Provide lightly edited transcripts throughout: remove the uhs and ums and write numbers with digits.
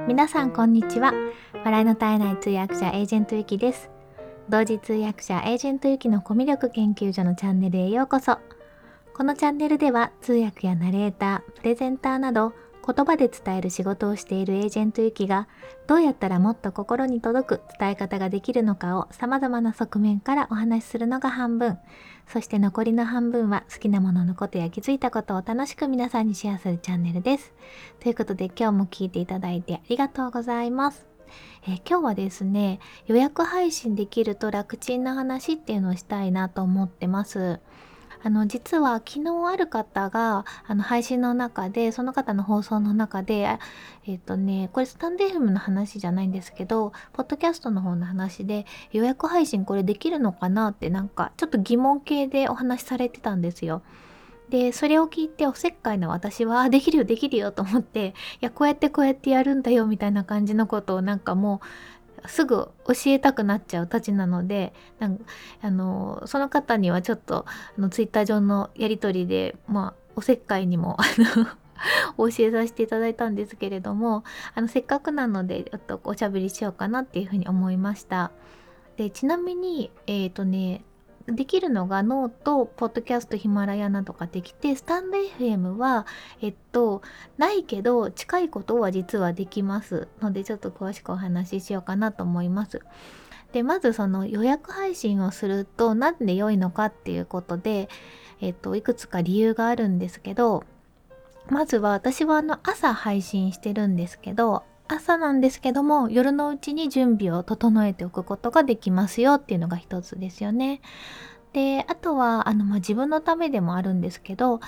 皆さんこんにちは。笑いの絶えない通訳者エージェントゆきです。同時通訳者エージェントゆきのコミュ力研究所のチャンネルへようこそ。このチャンネルでは通訳やナレーター、プレゼンターなど言葉で伝える仕事をしているエージェントゆきがどうやったらもっと心に届く伝え方ができるのかを様々な側面からお話しするのが半分、そして残りの半分は好きなもののことや気づいたことを楽しく皆さんにシェアするチャンネルです。ということで今日も聞いていただいてありがとうございます。今日はですね、予約配信できると楽ちんな話っていうのをしたいなと思ってます。実は昨日ある方が配信の中で、その方の放送の中でこれスタンド FM の話じゃないんですけど、ポッドキャストの方の話で予約配信これできるのかなってちょっと疑問系でお話しされてたんですよ。でそれを聞いておせっかいな私はできるよできるよと思って、いやこうやってやるんだよみたいな感じのことをもうすぐ教えたくなっちゃうたちなので、その方にはちょっとツイッター上のやり取りでおせっかいにもお教えさせていただいたんですけれども、せっかくなのでちょっとおしゃべりしようかなっていうふうに思いました。でちなみにできるのがノート、ポッドキャスト、ヒマラヤなどができて、スタンド FM はないけど近いことは実はできますので、ちょっと詳しくお話ししようかなと思います。でまずその予約配信をするとなんで良いのかっていうことで、いくつか理由があるんですけど、まずは私は朝配信してるんですけど、朝なんですけども夜のうちに準備を整えておくことができますよっていうのが一つですよね。であとは自分のためでもあるんですけど、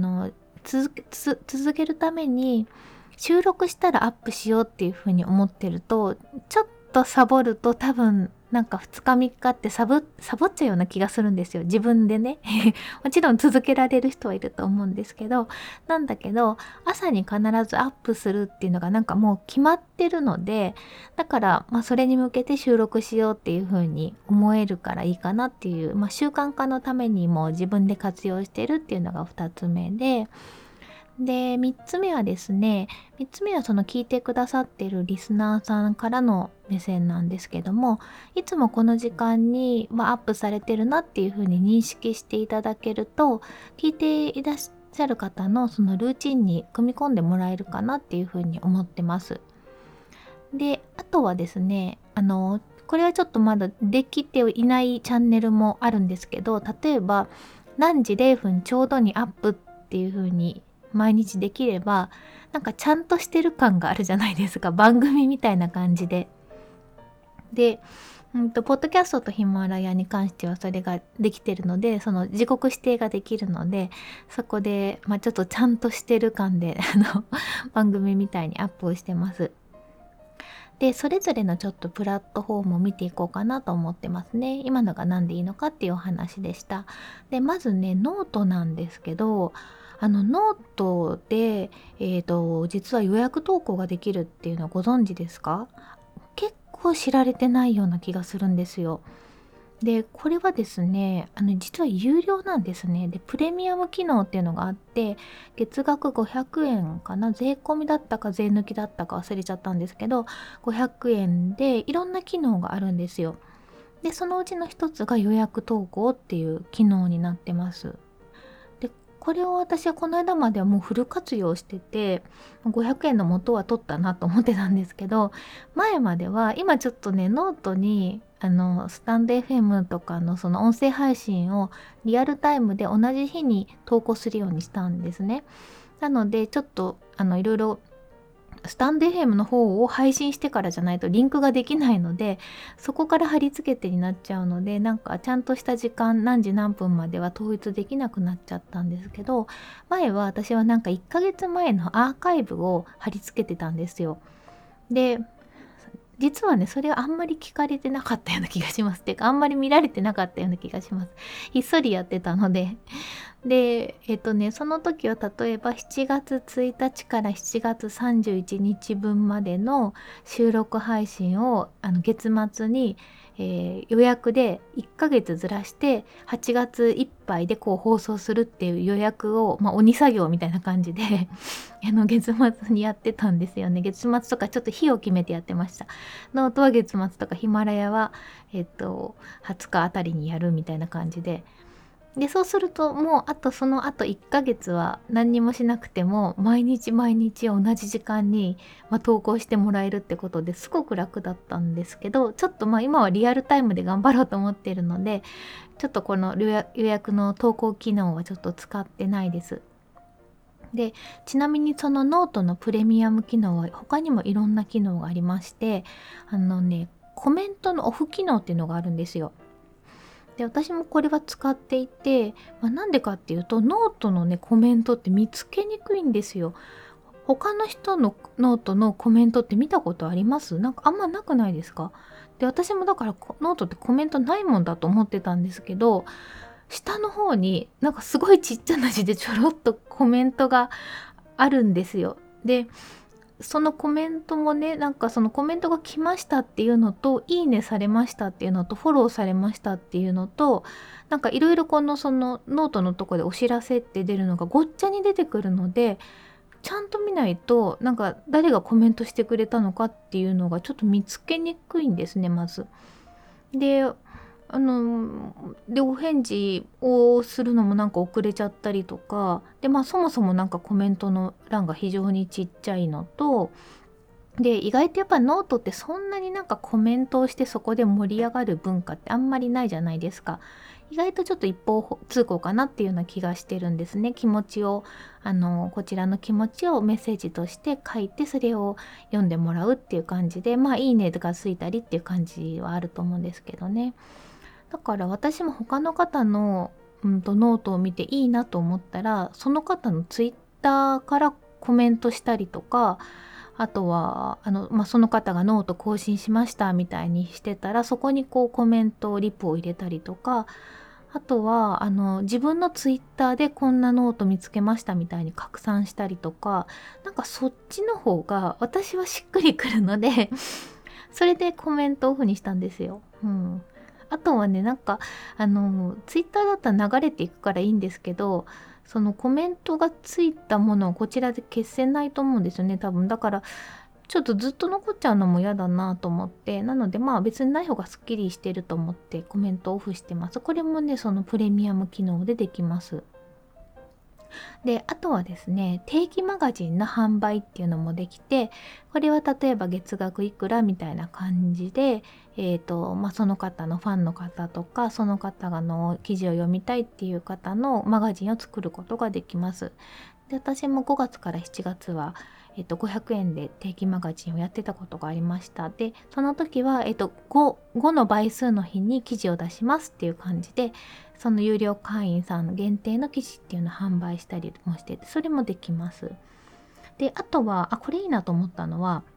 続けるために収録したらアップしようっていうふうに思ってると、ちょっとサボると多分2日3日ってサボっちゃうような気がするんですよ、自分でねもちろん続けられる人はいると思うんですけど、なんだけど朝に必ずアップするっていうのがもう決まってるので、だからそれに向けて収録しようっていう風に思えるからいいかなっていう、習慣化のためにも自分で活用してるっていうのが2つ目で、3つ目はですね、3つ目はその聞いてくださっているリスナーさんからの目線なんですけども、いつもこの時間に、アップされてるなっていうふうに認識していただけると、聞いていらっしゃる方のそのルーチンに組み込んでもらえるかなっていうふうに思ってます。で、あとはですね、これはちょっとまだできていないチャンネルもあるんですけど、例えば何時0分ちょうどにアップっていう風に毎日できればちゃんとしてる感があるじゃないですか、番組みたいな感じで。でポッドキャストとヒマラヤに関してはそれができてるので、その時刻指定ができるので、そこでちょっとちゃんとしてる感で番組みたいにアップをしてます。でそれぞれのちょっとプラットフォームを見ていこうかなと思ってますね。今のが何でいいのかっていうお話でした。でまずね、ノートなんですけど、ノートで、実は予約投稿ができるっていうのをご存知ですか？結構知られてないような気がするんですよ。でこれはですね、実は有料なんですね。でプレミアム機能っていうのがあって、月額500円かな、税込みだったか税抜きだったか忘れちゃったんですけど、500円でいろんな機能があるんですよ。でそのうちの一つが予約投稿っていう機能になってます。でこれを私はこの間まではもうフル活用してて、500円の元は取ったなと思ってたんですけど、前までは今ちょっとね、ノートにスタンド FM とかのその音声配信をリアルタイムで同じ日に投稿するようにしたんですね。なのでちょっといろいろスタンド FM の方を配信してからじゃないとリンクができないので、そこから貼り付けてになっちゃうので、ちゃんとした時間何時何分までは統一できなくなっちゃったんですけど、前は私は1ヶ月前のアーカイブを貼り付けてたんですよ。で実はね、それはあんまり聞かれてなかったような気がします。っていうかあんまり見られてなかったような気がします。ひっそりやってたので。 でその時は例えば7月1日から7月31日分までの収録配信を月末に、予約で1ヶ月ずらして8月いっぱいでこう放送するっていう予約を、鬼作業みたいな感じで月末にやってたんですよね。月末とかちょっと日を決めてやってました。ノートは月末とかヒマラヤは20日あたりにやるみたいな感じで。でそうするともうその後1ヶ月は何にもしなくても毎日毎日同じ時間に、投稿してもらえるってことですごく楽だったんですけど、ちょっと今はリアルタイムで頑張ろうと思っているので、ちょっとこの予約の投稿機能はちょっと使ってないです。でちなみにそのノートのプレミアム機能は他にもいろんな機能がありまして、コメントのオフ機能っていうのがあるんですよ。で私もこれは使っていて、なんでかっていうとノートのねコメントって見つけにくいんですよ。他の人のノートのコメントって見たことあります？なんかあんまなくないですか？で私もだからノートってコメントないもんだと思ってたんですけど、下の方になんかすごいちっちゃな字でちょろっとコメントがあるんですよ。でそのコメントもね、なんかそのコメントが来ましたっていうのと、いいねされましたっていうのと、フォローされましたっていうのと、なんかいろいろそのノートのとこでお知らせって出るのがごっちゃに出てくるので、ちゃんと見ないとなんか誰がコメントしてくれたのかっていうのがちょっと見つけにくいんですね、まず。でお返事をするのもなんか遅れちゃったりとかで、そもそもなんかコメントの欄が非常にちっちゃいのと、で意外とやっぱノートってそんなになんかコメントをしてそこで盛り上がる文化ってあんまりないじゃないですか。意外とちょっと一方通行かなっていうような気がしてるんですね。気持ちをこちらの気持ちをメッセージとして書いてそれを読んでもらうっていう感じで、いいねとかついたりっていう感じはあると思うんですけどね。だから私も他の方の、ノートを見ていいなと思ったらその方のツイッターからコメントしたりとか、あとはその方がノート更新しましたみたいにしてたらそこにこうコメントリプを入れたりとか、あとは自分のツイッターでこんなノート見つけましたみたいに拡散したりとか、なんかそっちの方が私はしっくりくるのでそれでコメントオフにしたんですよ。あとはね、なんかツイッターだったら流れていくからいいんですけど、そのコメントがついたものをこちらで消せないと思うんですよね、多分。だからちょっとずっと残っちゃうのも嫌だなと思って、なので別にない方がすっきりしてると思ってコメントオフしてます。これもねそのプレミアム機能でできます。であとはですね、定期マガジンの販売っていうのもできて、これは例えば月額いくらみたいな感じで、その方のファンの方とかその方の記事を読みたいっていう方のマガジンを作ることができます。で私も5月から7月は、500円で定期マガジンをやってたことがありました。でその時は、5の倍数の日に記事を出しますっていう感じで、その有料会員さん限定の記事っていうのを販売したりもしてて、それもできます。であとはこれいいなと思ったのは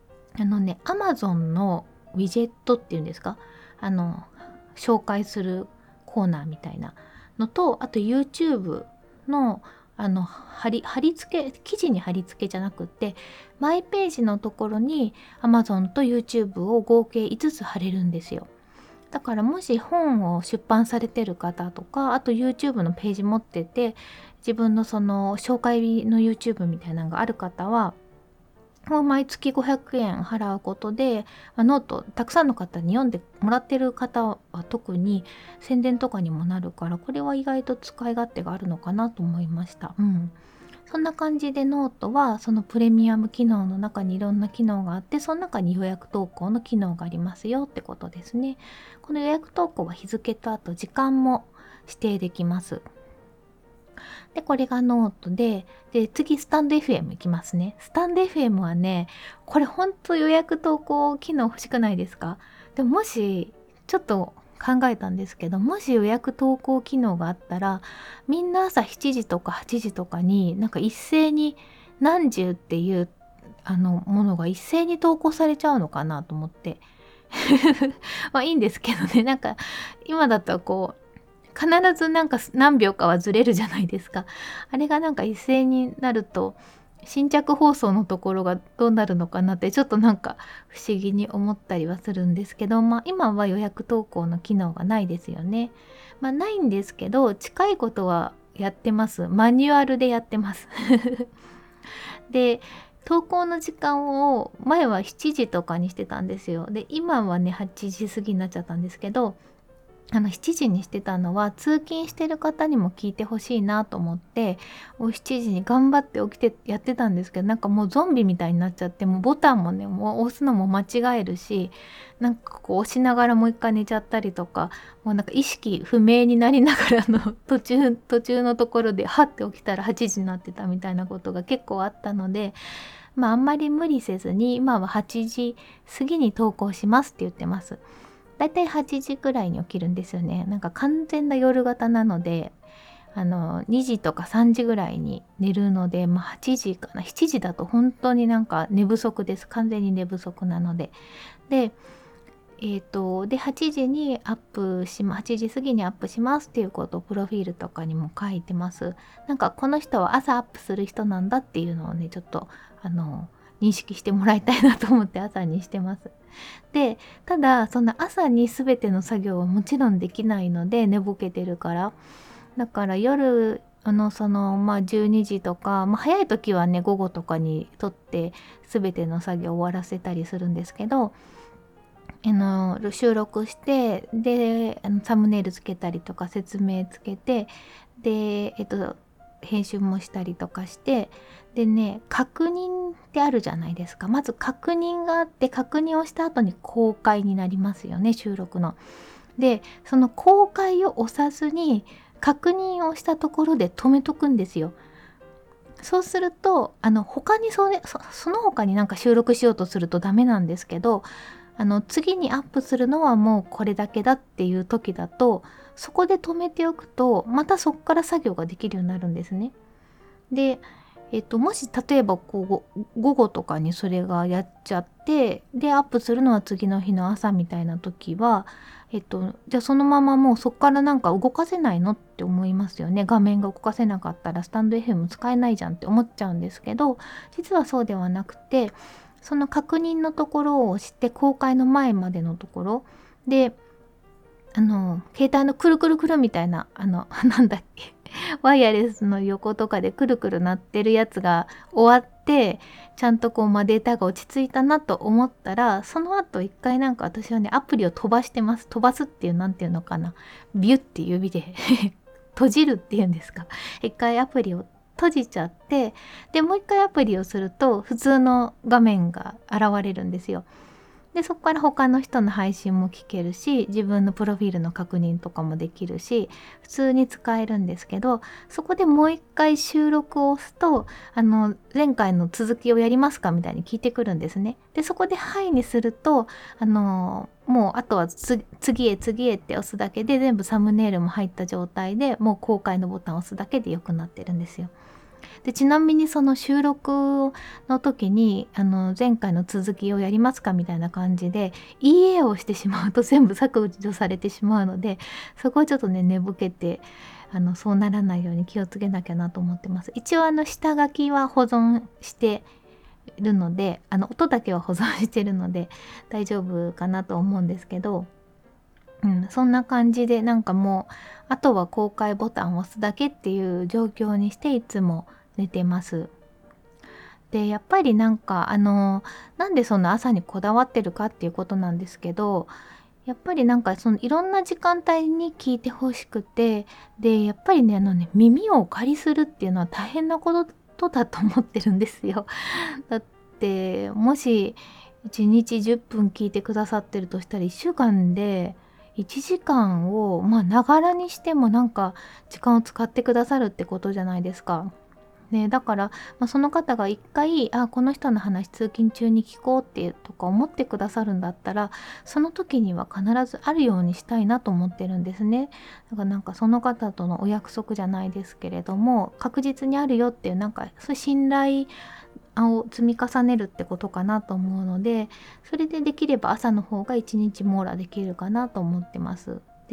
Amazon のウィジェットっていうんですか、紹介するコーナーみたいなのと、あと YouTube の貼り付け、記事に貼り付けじゃなくってマイページのところに Amazon と YouTube を合計5つ貼れるんですよ。だからもし本を出版されてる方とか、あと YouTube のページ持ってて自分のその紹介の YouTube みたいなのがある方は、もう毎月500円払うことで、ノートたくさんの方に読んでもらってる方は特に宣伝とかにもなるから、これは意外と使い勝手があるのかなと思いました。そんな感じでノートはそのプレミアム機能の中にいろんな機能があって、その中に予約投稿の機能がありますよってことですね。この予約投稿は日付とあと時間も指定できます。でこれがノートで、次スタンド FM いきますね。スタンド FM はね、これほんと予約投稿機能欲しくないですか？でももしちょっと考えたんですけど、もし予約投稿機能があったら、みんな朝7時とか8時とかになんか一斉に何十っていうものが一斉に投稿されちゃうのかなと思っていいんですけどね、なんか今だったらこう必ずなんか何秒かはずれるじゃないですか。あれがなんか一斉になると新着放送のところがどうなるのかなってちょっとなんか不思議に思ったりはするんですけど、今は予約投稿の機能がないですよね。ないんですけど近いことはやってます。マニュアルでやってますで投稿の時間を前は7時とかにしてたんですよ。で今はね8時過ぎになっちゃったんですけど、7時にしてたのは通勤してる方にも聞いてほしいなと思って7時に頑張って起きてやってたんですけど、なんかもうゾンビみたいになっちゃって、もうボタンもねもう押すのも間違えるし、なんかこう押しながらもう一回寝ちゃったりとか、もうなんか意識不明になりながらの途中のところでハッて起きたら8時になってたみたいなことが結構あったので、あんまり無理せずに今は8時過ぎに投稿しますって言ってます。だいたい8時くらいに起きるんですよね。なんか完全な夜型なので、2時とか3時ぐらいに寝るので、8時かな、7時だと本当になんか寝不足です。完全に寝不足なので。で、8時にアップし8時過ぎにアップしますっていうことをプロフィールとかにも書いてます。なんかこの人は朝アップする人なんだっていうのをね、ちょっと認識してもらいたいなと思って朝にしてます。でただその朝に全ての作業はもちろんできないので、寝ぼけてるから。だから夜12時とか、早い時はね午後とかにとって全ての作業を終わらせたりするんですけど、収録してでサムネイルつけたりとか説明つけてで編集もしたりとかして、でね確認ってあるじゃないですか。まず確認があって、確認をした後に公開になりますよね、収録の。でその公開を押さずに確認をしたところで止めとくんですよ。そうすると他にその他になんか収録しようとするとダメなんですけど、次にアップするのはもうこれだけだっていう時だと、そこで止めておくとまたそこから作業ができるようになるんですね。で、もし例えば午後とかにそれがやっちゃってでアップするのは次の日の朝みたいな時は、じゃあそのままもうそこからなんか動かせないのって思いますよね。画面が動かせなかったらスタンド FM 使えないじゃんって思っちゃうんですけど、実はそうではなくて、その確認のところを押して公開の前までのところで携帯のくるくるくるみたいななんだっけワイヤレスの横とかでくるくる鳴ってるやつが終わって、ちゃんとこうデータが落ち着いたなと思ったら、その後一回なんか私はねアプリを飛ばしてます。飛ばすっていう、なんていうのかな、ビュって指で閉じるっていうんですか。一回アプリを閉じちゃって、でもう一回アプリをすると普通の画面が現れるんですよ。でそこから他の人の配信も聞けるし、自分のプロフィールの確認とかもできるし、普通に使えるんですけど、そこでもう一回収録を押すと前回の続きをやりますかみたいに聞いてくるんですね。でそこではいにするともうあとは次へって押すだけで、全部サムネイルも入った状態でもう公開のボタンを押すだけでよくなってるんですよ。でちなみにその収録の時に前回の続きをやりますかみたいな感じでいいえをしてしまうと全部削除されてしまうので、そこはちょっとね寝ぼけてそうならないように気をつけなきゃなと思ってます。一応下書きは保存してるので、音だけは保存してるので大丈夫かなと思うんですけど、そんな感じでなんかもうあとは公開ボタンを押すだけっていう状況にしていつも寝てます。でやっぱりなんかなんでそんな朝にこだわってるかっていうことなんですけど、やっぱりなんかそのいろんな時間帯に聞いてほしくて、でやっぱりね耳をお借りするっていうのは大変なことだと思ってるんですよ。だってもし1日10分聞いてくださってるとしたら1週間で1時間をながらにしてもなんか時間を使ってくださるってことじゃないですか。ね、だから、その方が一回この人の話通勤中に聞こうってとか思ってくださるんだったら、その時には必ずあるようにしたいなと思ってるんですね。だからなんかその方とのお約束じゃないですけれども、確実にあるよっていうなんかそういう信頼を積み重ねるってことかなと思うので、それでできれば朝の方が一日網羅できるかなと思ってます。で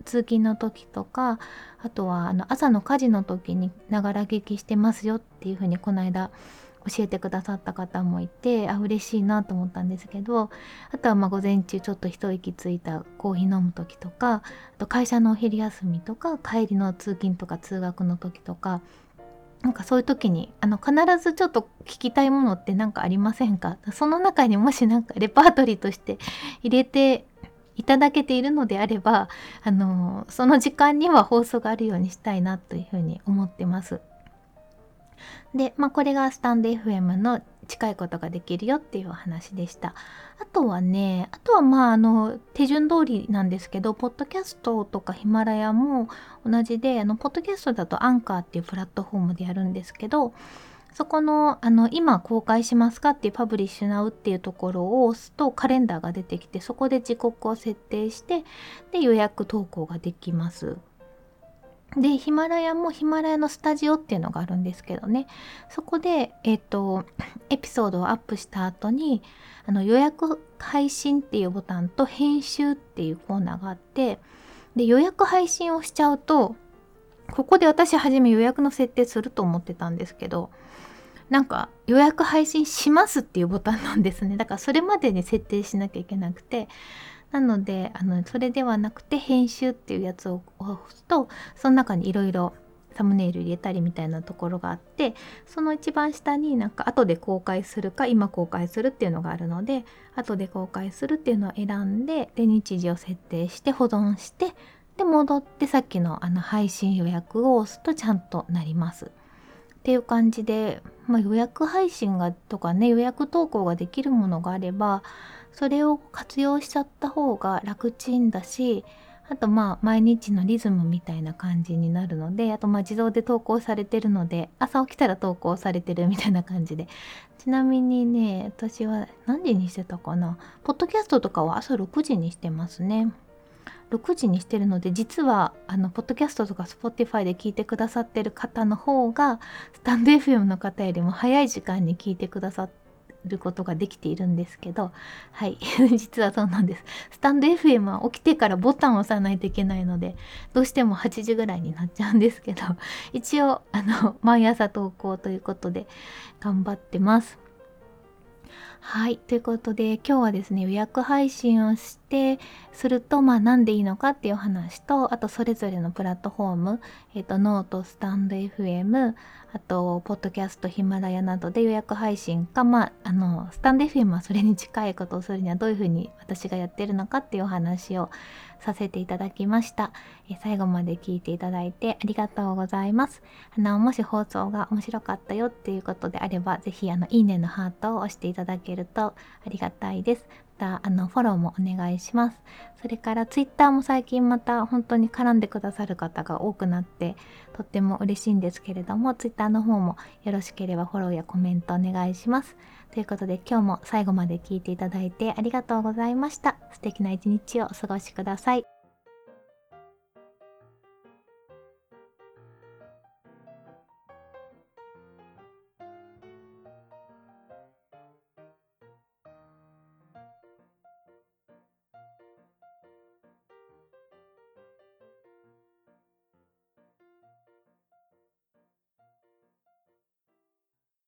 通勤の時とか、あとは朝の家事の時にながら聞きしてますよっていう風にこの間教えてくださった方もいて、嬉しいなと思ったんですけど、あとは午前中ちょっと一息ついたコーヒー飲む時とか、あと会社のお昼休みとか帰りの通勤とか通学の時とか、なんかそういう時に必ずちょっと聞きたいものって何かありませんか？その中にもしなんかレパートリーとして入れていただけているのであれば、その時間には放送があるようにしたいなというふうに思ってます。で、これがスタンド FM の近いことができるよっていうお話でした。あとは手順通りなんですけど、ポッドキャストとかヒマラヤも同じで、ポッドキャストだとアンカーっていうプラットフォームでやるんですけど、そこの今公開しますかっていうパブリッシュナウっていうところを押すとカレンダーが出てきて、そこで時刻を設定してで予約投稿ができます。でヒマラヤもヒマラヤのスタジオっていうのがあるんですけどね、そこでエピソードをアップした後に予約配信っていうボタンと編集っていうコーナーがあって、で予約配信をしちゃうと、ここで私初め予約の設定すると思ってたんですけど、なんか予約配信しますっていうボタンなんですね。だからそれまでに設定しなきゃいけなくて、なのでそれではなくて編集っていうやつを押すと、その中にいろいろサムネイル入れたりみたいなところがあって、その一番下になんか後で公開するか今公開するっていうのがあるので、後で公開するっていうのを選んで、で日時を設定して保存して、で戻ってさっきの配信予約を押すとちゃんとなりますっていう感じで、予約配信がとかね、予約投稿ができるものがあればそれを活用しちゃった方が楽ちんだし、あと毎日のリズムみたいな感じになるので、あと自動で投稿されてるので、朝起きたら投稿されてるみたいな感じで。ちなみにね、私は何時にしてたかな、ポッドキャストとかは朝6時にしてますね。6時にしてるので、実はポッドキャストとか Spotify で聞いてくださってる方の方がスタンド FM の方よりも早い時間に聞いてくださることができているんですけど、はい実はそうなんです。スタンド FM は起きてからボタンを押さないといけないので、どうしても8時ぐらいになっちゃうんですけど、一応毎朝投稿ということで頑張ってます。はい、ということで今日はですね、予約配信をするとなんでいいのかっていう話と、あとそれぞれのプラットフォーム、ノート、スタンド FM、あとポッドキャスト、ヒマラヤなどで予約配信か、スタンド FM はそれに近いことをするにはどういうふうに私がやってるのかっていうお話をさせていただきました。最後まで聞いていただいてありがとうございます。もし放送が面白かったよっていうことであれば、ぜひいいねのハートを押していただけるとありがたいです。またフォローもお願いします。それからツイッターも最近また本当に絡んでくださる方が多くなってとっても嬉しいんですけれども、ツイッターの方もよろしければフォローやコメントお願いします。ということで今日も最後まで聞いていただいてありがとうございました。素敵な一日をお過ごしください。